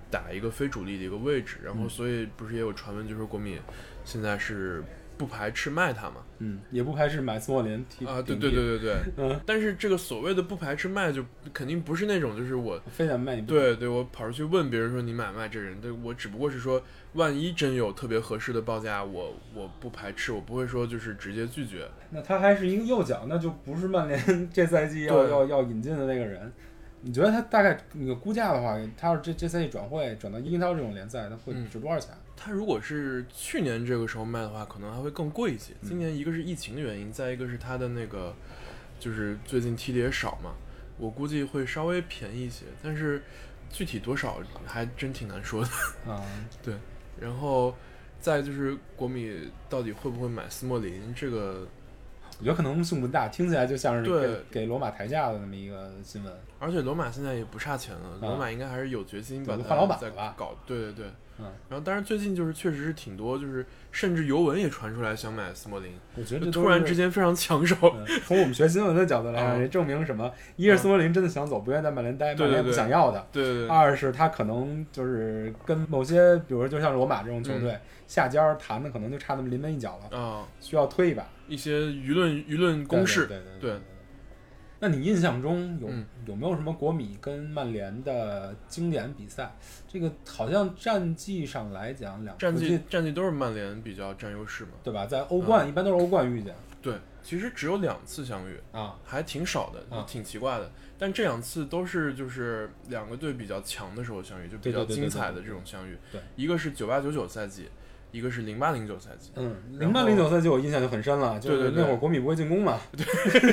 打一个非主力的一个位置，然后所以不是也有传闻，就是国米现在是不排斥卖他嘛， 也不排斥买斯莫林踢啊，对，但是这个所谓的不排斥卖，就肯定不是那种就是我非得卖你， 对，我跑出去问别人说你买不卖这人，对我只不过是说，万一真有特别合适的报价，我不排斥，我不会说就是直接拒绝。 那他还是一个右脚，那就不是曼联这赛季要引进的那个人。你觉得他大概那个估价的话，他要是这赛季转到英超这种联赛，他会值多少钱？ 他如果是去年这个时候卖的话，可能还会更贵一些。今年一个是疫情的原因，再一个是他的那个就是最近踢的也少嘛，我估计会稍微便宜一些，但是具体多少还真挺难说的啊。对，然后再就是国米到底会不会买斯莫林这个。 我觉得可能性不大，听起来就像是给罗马抬价的那么一个新闻。 而且罗马现在也不差钱了，罗马应该还是有决心把它换老板再搞。对， 然后当然最近就是确实是挺多，就是甚至尤文也传出来想买斯莫林， 我觉得突然之间非常抢手。 从我们学新闻的角度来看，也证明什么？一是斯莫林真的想走，不愿意在曼联待，曼联不想要的。 对。 二是他可能就是跟某些，比如说就像罗马这种球队下家谈的，可能就差那么临门一脚了啊，需要推一把。 一些舆论攻势，对。 那你印象中有没有什么国米跟曼联的经典比赛？这个好像战绩上来讲， 战绩都是曼联比较占优势嘛， 对吧？在欧冠一般都是欧冠遇见。 对，其实只有2次相遇啊， 还挺少的，挺奇怪的。但这2次都是就是2个队比较强的时候相遇，就比较精彩的这种相遇。 对， 一个是98-99赛季。一个是08-09赛季 ，08-09赛季我印象就很深了，就是那会儿国米不会进攻嘛， 对，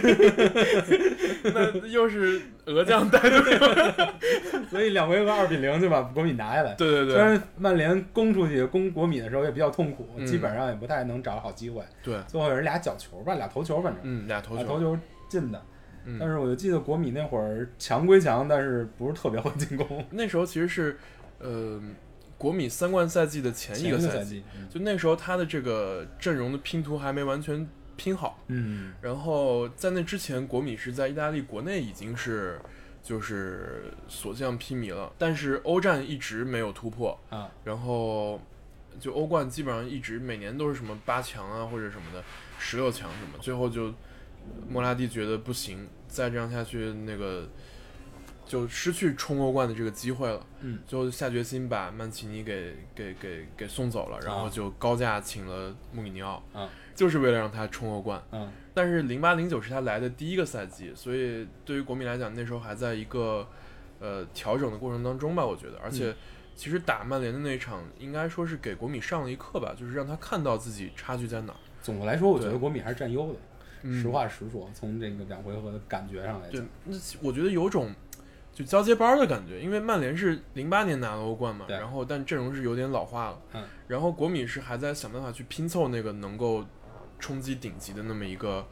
那又是俄将带队， 所以2回合2-0就把国米拿下来。 对， 虽然曼联攻出去攻国米的时候也比较痛苦，基本上也不太能找到好机会。 对， 最后也是俩角球吧，俩头球，反正俩头球进的。但是我就记得国米那会儿强归强，但是不是特别会进攻。 那时候其实是国米3冠赛季的前一个赛季，就那时候他的这个阵容的拼图还没完全拼好，然后在那之前，国米是在意大利国内已经是就是所向披靡了，但是欧战一直没有突破啊， 然后就欧冠基本上一直每年都是什么8强啊或者什么的16强什么，最后就莫拉蒂觉得不行，再这样下去那个。就失去冲欧冠的这个机会了，最后下决心把曼奇尼给送走了，然后就高价请了穆里尼奥，就是为了让他冲欧冠。但是08-09是他来的第一个赛季，所以对于国米来讲，那时候还在一个调整的过程当中吧，我觉得。而且其实打曼联的那一场，应该说是给国米上了一课吧，就是让他看到自己差距在哪儿。 总的来说，我觉得国米还是占优的，实话实说，从这个2回合的感觉上来讲， 对，那我觉得有种。就交接班的感觉，因为曼联是08年拿了欧冠嘛，然后但阵容是有点老化了，然后国米是还在想办法去拼凑那个能够冲击顶级的那么一个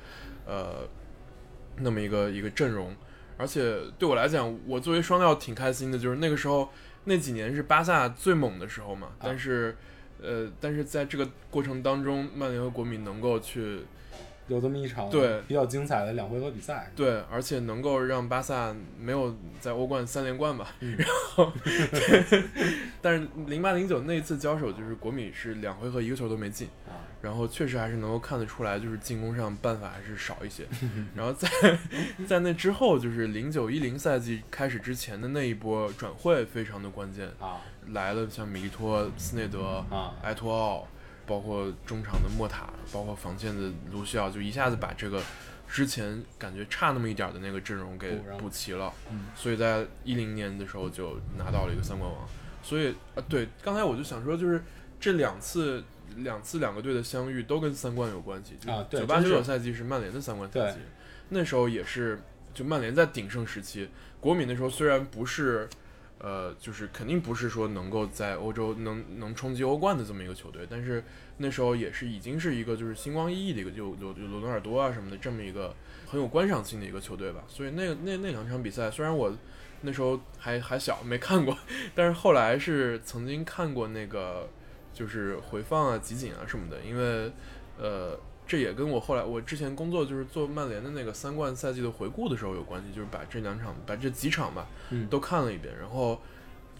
阵容，而且对我来讲，我作为双料挺开心的，就是那个时候那几年是巴萨最猛的时候嘛，但是在这个过程当中，曼联和国米能够去。 有这么一场对比较精彩的2回合比赛， 对，而且能够让巴萨没有在欧冠3连冠吧，然后，但是08-09那一次交手，就是国米是2回合1个球都没进，然后确实还是能够看得出来，就是进攻上办法还是少一些，然后在那之后，就是09-10赛季开始之前的那一波转会非常的关键来了像米利托、斯内德、埃托奥。包括中场的莫塔，包括防线的卢西奥，就一下子把这个之前感觉差那么一点的那个阵容给补齐了，所以在10年的时候就拿到了一个3冠王。所以对，刚才我就想说，就是这两次2个队的相遇都跟3冠有关系。就98-99赛季是曼联的3冠赛季，那时候也是就曼联在鼎盛时期，国米那时候虽然不是。就是肯定不是说能够在欧洲能冲击欧冠的这么一个球队，但是那时候也是已经是一个就是星光熠熠的一个有罗纳尔多啊什么的这么一个很有观赏性的一个球队吧。所以那2场比赛，虽然我那时候还小没看过，但是后来是曾经看过那个就是回放啊、集锦啊什么的，因为这也跟我后来我之前工作就是做曼联的那个3冠赛季的回顾的时候有关系，就是把这几场吧都看了一遍，然后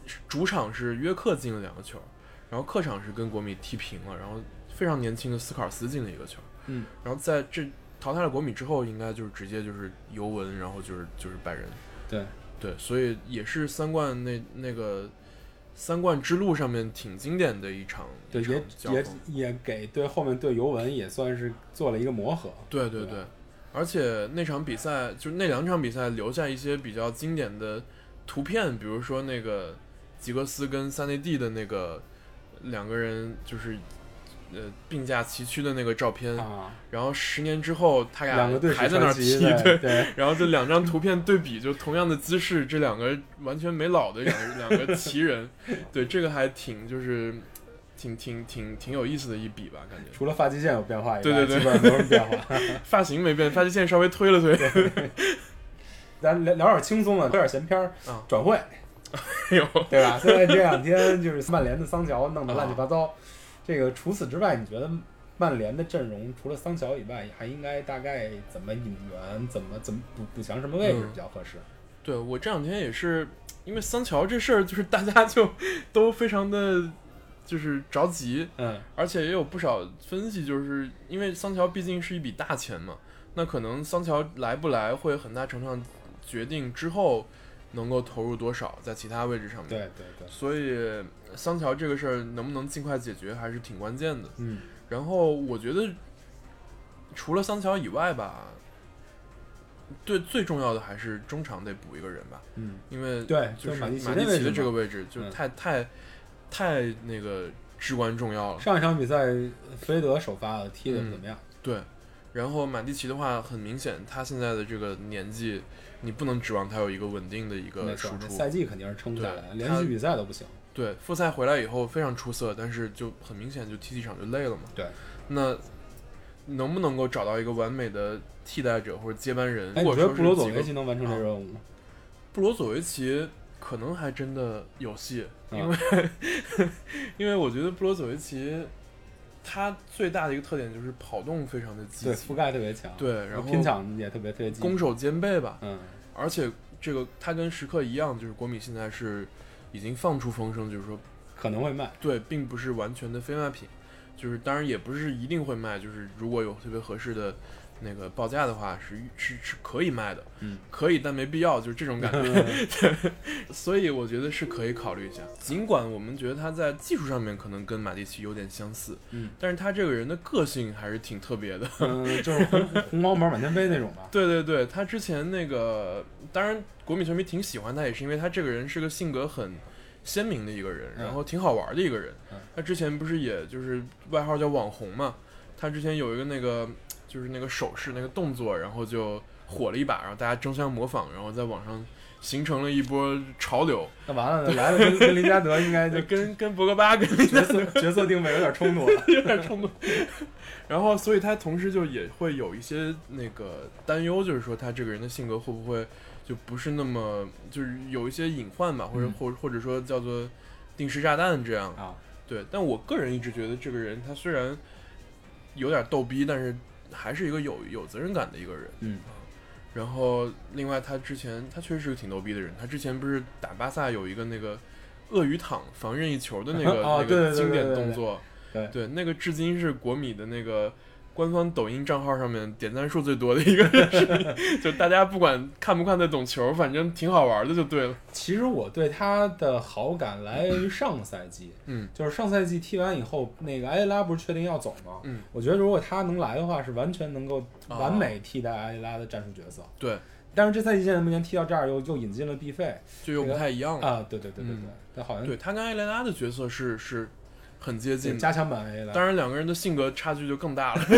主场是约克进了2个球，然后客场是跟国米踢平了，然后非常年轻的斯科尔斯进了1个球，然后在这淘汰了国米之后，应该就是直接就是尤文，然后就是拜仁，对，所以也是三冠那个三冠之路上面挺经典的一场， 对，也给对后面对尤文也算是做了一个磨合， 对，而且那场比赛就那2场比赛留下一些比较经典的图片，比如说那个吉格斯跟萨内蒂的那个2个人就是并驾齐驱的那个照片，然后10年之后他俩还在那儿踢，对，然后这2张图片对比，就同样的姿势，这2个完全没老的两个奇人，对，这个还挺就是挺有意思的一笔吧，感觉。 除了发际线有变化以外，对， 基本上没有什么变化。 发型没变，发际线稍微推了推。 咱聊点轻松的，聊点闲篇儿。转会， 对吧？现在这2天就是曼联的桑乔弄得乱七八糟。这个除此之外，你觉得曼联的阵容除了桑乔以外，还应该大概怎么引援，怎么补强什么位置比较合适？ 对，我这2天也是因为桑乔这事儿，就是大家就都非常的就是着急，而且也有不少分析，就是因为桑乔毕竟是一笔大钱嘛，那可能桑乔来不来会很大程度上决定之后能够投入多少在其他位置上面。 对， 所以桑乔这个事儿能不能尽快解决还是挺关键的。然后我觉得除了桑乔以外吧，对，最重要的还是中场得补一个人吧。因为对， 就是马蒂奇的这个位置就太那个至关重要了。 上一场比赛弗雷德首发了，踢得怎么样？ 对，然后马蒂奇的话，很明显他现在的这个年纪，你不能指望他有一个稳定的一个输出， 赛季肯定是撑不下来，连续比赛都不行。 对，复赛回来以后非常出色，但是就很明显就踢几场就累了嘛。 对， 那能不能够找到一个完美的替代者或者接班人？ 你觉得布罗佐维奇能完成这任务吗？ 布罗佐维奇可能还真的有戏，因为我觉得布罗佐维奇他最大的一个特点就是跑动非常的积极， 对，覆盖特别强， 对，然后拼抢也特别积极， 攻守兼备吧。而且这个他跟时刻一样，就是国米现在是已经放出风声，就是说可能会卖， 对，并不是完全的非卖品，就是当然也不是一定会卖，就是如果有特别合适的那个报价的话是可以卖的，可以但没必要，就是这种感觉。所以我觉得是可以考虑一下，尽管我们觉得他在技术上面可能跟马蒂奇有点相似，但是他这个人的个性还是挺特别的， 就是红毛毛满天飞那种吧。 对，他之前那个，当然国米球迷挺喜欢他，也是因为他这个人是个性格很鲜明的一个人，然后挺好玩的一个人。他之前不是也就是外号叫网红嘛，他之前有一个那个就是那个手势那个动作，然后就火了一把，然后大家争相模仿，然后在网上形成了一波潮流。 那完了，来了跟林加德应该就跟博格巴跟角色定位有点冲突了， 有点冲突。然后所以他同时就也会有一些那个担忧，就是说他这个人的性格会不会就不是那么就是有一些隐患吧，或者说叫做定时炸弹这样啊。 对，但我个人一直觉得这个人他虽然有点逗逼，但是还是一个有责任感的一个人。然后另外他确实是个挺逗逼的人，他之前不是打巴萨有一个那个鳄鱼躺防任意球的那个经典动作，对，那个至今是国米的那个官方抖音账号上面点赞数最多的一个视频，就大家不管看不看得懂球，反正挺好玩的就对了。 其实我对他的好感来源于上赛季，就是上赛季踢完以后，那个埃雷拉不是确定要走吗？我觉得如果他能来的话，是完全能够完美替代埃雷拉的战术角色。 对， 但是这赛季现在目前踢到这儿又引进了毕费， 就又不太一样了啊！对，他好像对他跟埃雷拉的角色是很接近的， 加强版 A 了。 当然两个人的性格差距就更大了。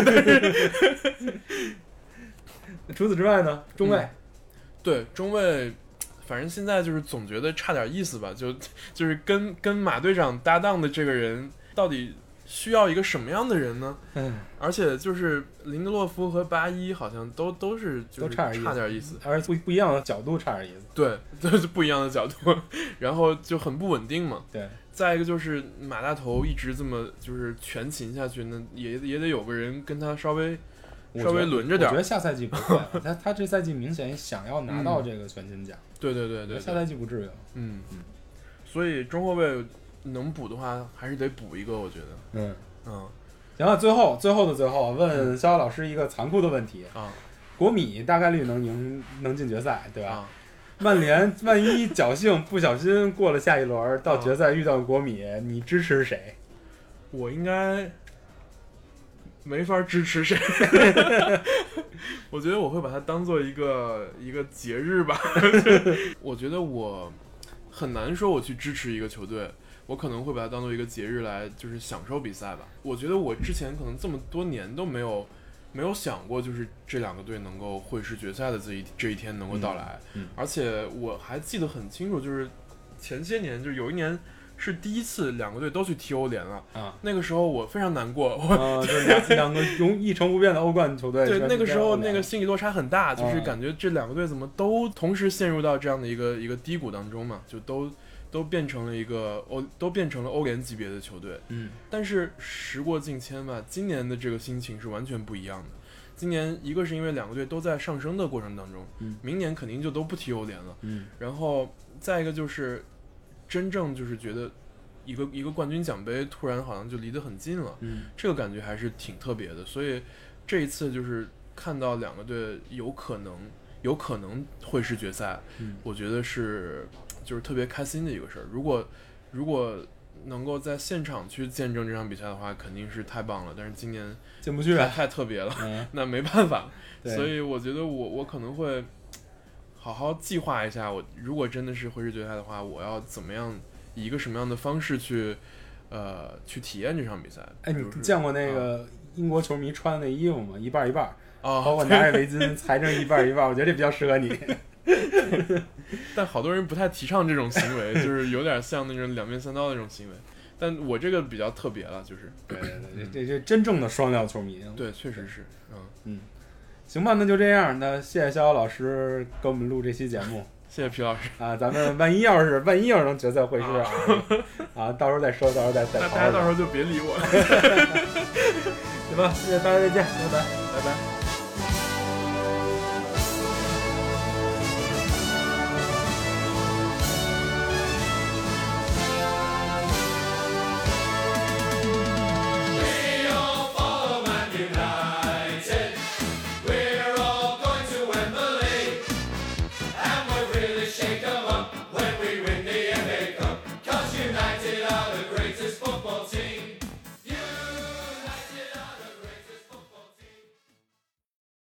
除此之外呢，中卫， 对中卫，反正现在就是总觉得差点意思吧，就是跟马队长搭档的这个人到底需要一个什么样的人呢？而且就是林德洛夫和巴伊好像都是就是差点意思， 而且不一样的角度差点意思。 对，就是不一样的角度，然后就很不稳定嘛。 对。 再一个就是马大头一直这么就是全勤下去，那也得有个人跟他稍微轮着点。 我觉得下赛季不会了，他这赛季明显想要拿到这个全勤奖。 对， 下赛季不至于了。 所以中后卫能补的话，还是得补一个，我觉得。 行了，最后的最后，问肖老师一个残酷的问题啊， 国米大概率能进决赛，对吧？曼联万一侥幸不小心过了下一轮，到决赛遇到国米，你支持谁？ 我应该没法支持谁。我觉得我会把它当做一个节日吧。我觉得我很难说我去支持一个球队，我可能会把它当做一个节日来就是享受比赛吧。我觉得我之前可能这么多年都没有想过，就是这两个队能够会师决赛的这一天能够到来。而且我还记得很清楚，就是前些年，就是有一年是第一次两个队都去踢欧联了啊。那个时候我非常难过， 就是两个一成不变的欧冠球队。 对，那个时候那个心理落差很大，就是感觉这两个队怎么都同时陷入到这样的一个低谷当中嘛，就都变成了欧联级别的球队。但是时过境迁吧，今年的这个心情是完全不一样的。今年一个是因为两个队都在上升的过程当中，明年肯定就都不踢欧联了。然后再一个就是真正就是觉得一个冠军奖杯突然好像就离得很近了，这个感觉还是挺特别的。所以这一次就是看到两个队有可能会是决赛，我觉得就是特别开心的一个事儿。如果能够在现场去见证这场比赛的话，肯定是太棒了。但是今年进不去， 太特别了，那没办法。所以我觉得我可能会好好计划一下，我如果真的是会师决赛的话，我要怎么样以一个什么样的方式去体验这场比赛。 哎，你见过那个英国球迷穿的那衣服吗？一半一半包括拿着围巾裁成一半一半，我觉得这比较适合你。 但好多人不太提倡这种行为，就是有点像那种两面三刀的那种行为。但我这个比较特别了，就是对，这真正的双料球迷。 对，确实是。 行吧，那就这样。那谢谢逍遥老师给我们录这期节目。 谢谢皮老师啊，咱们万一要是能决赛会师到时候再说，到时候再那大家到时候就别理我。 行吧，谢谢大家，再见，拜拜。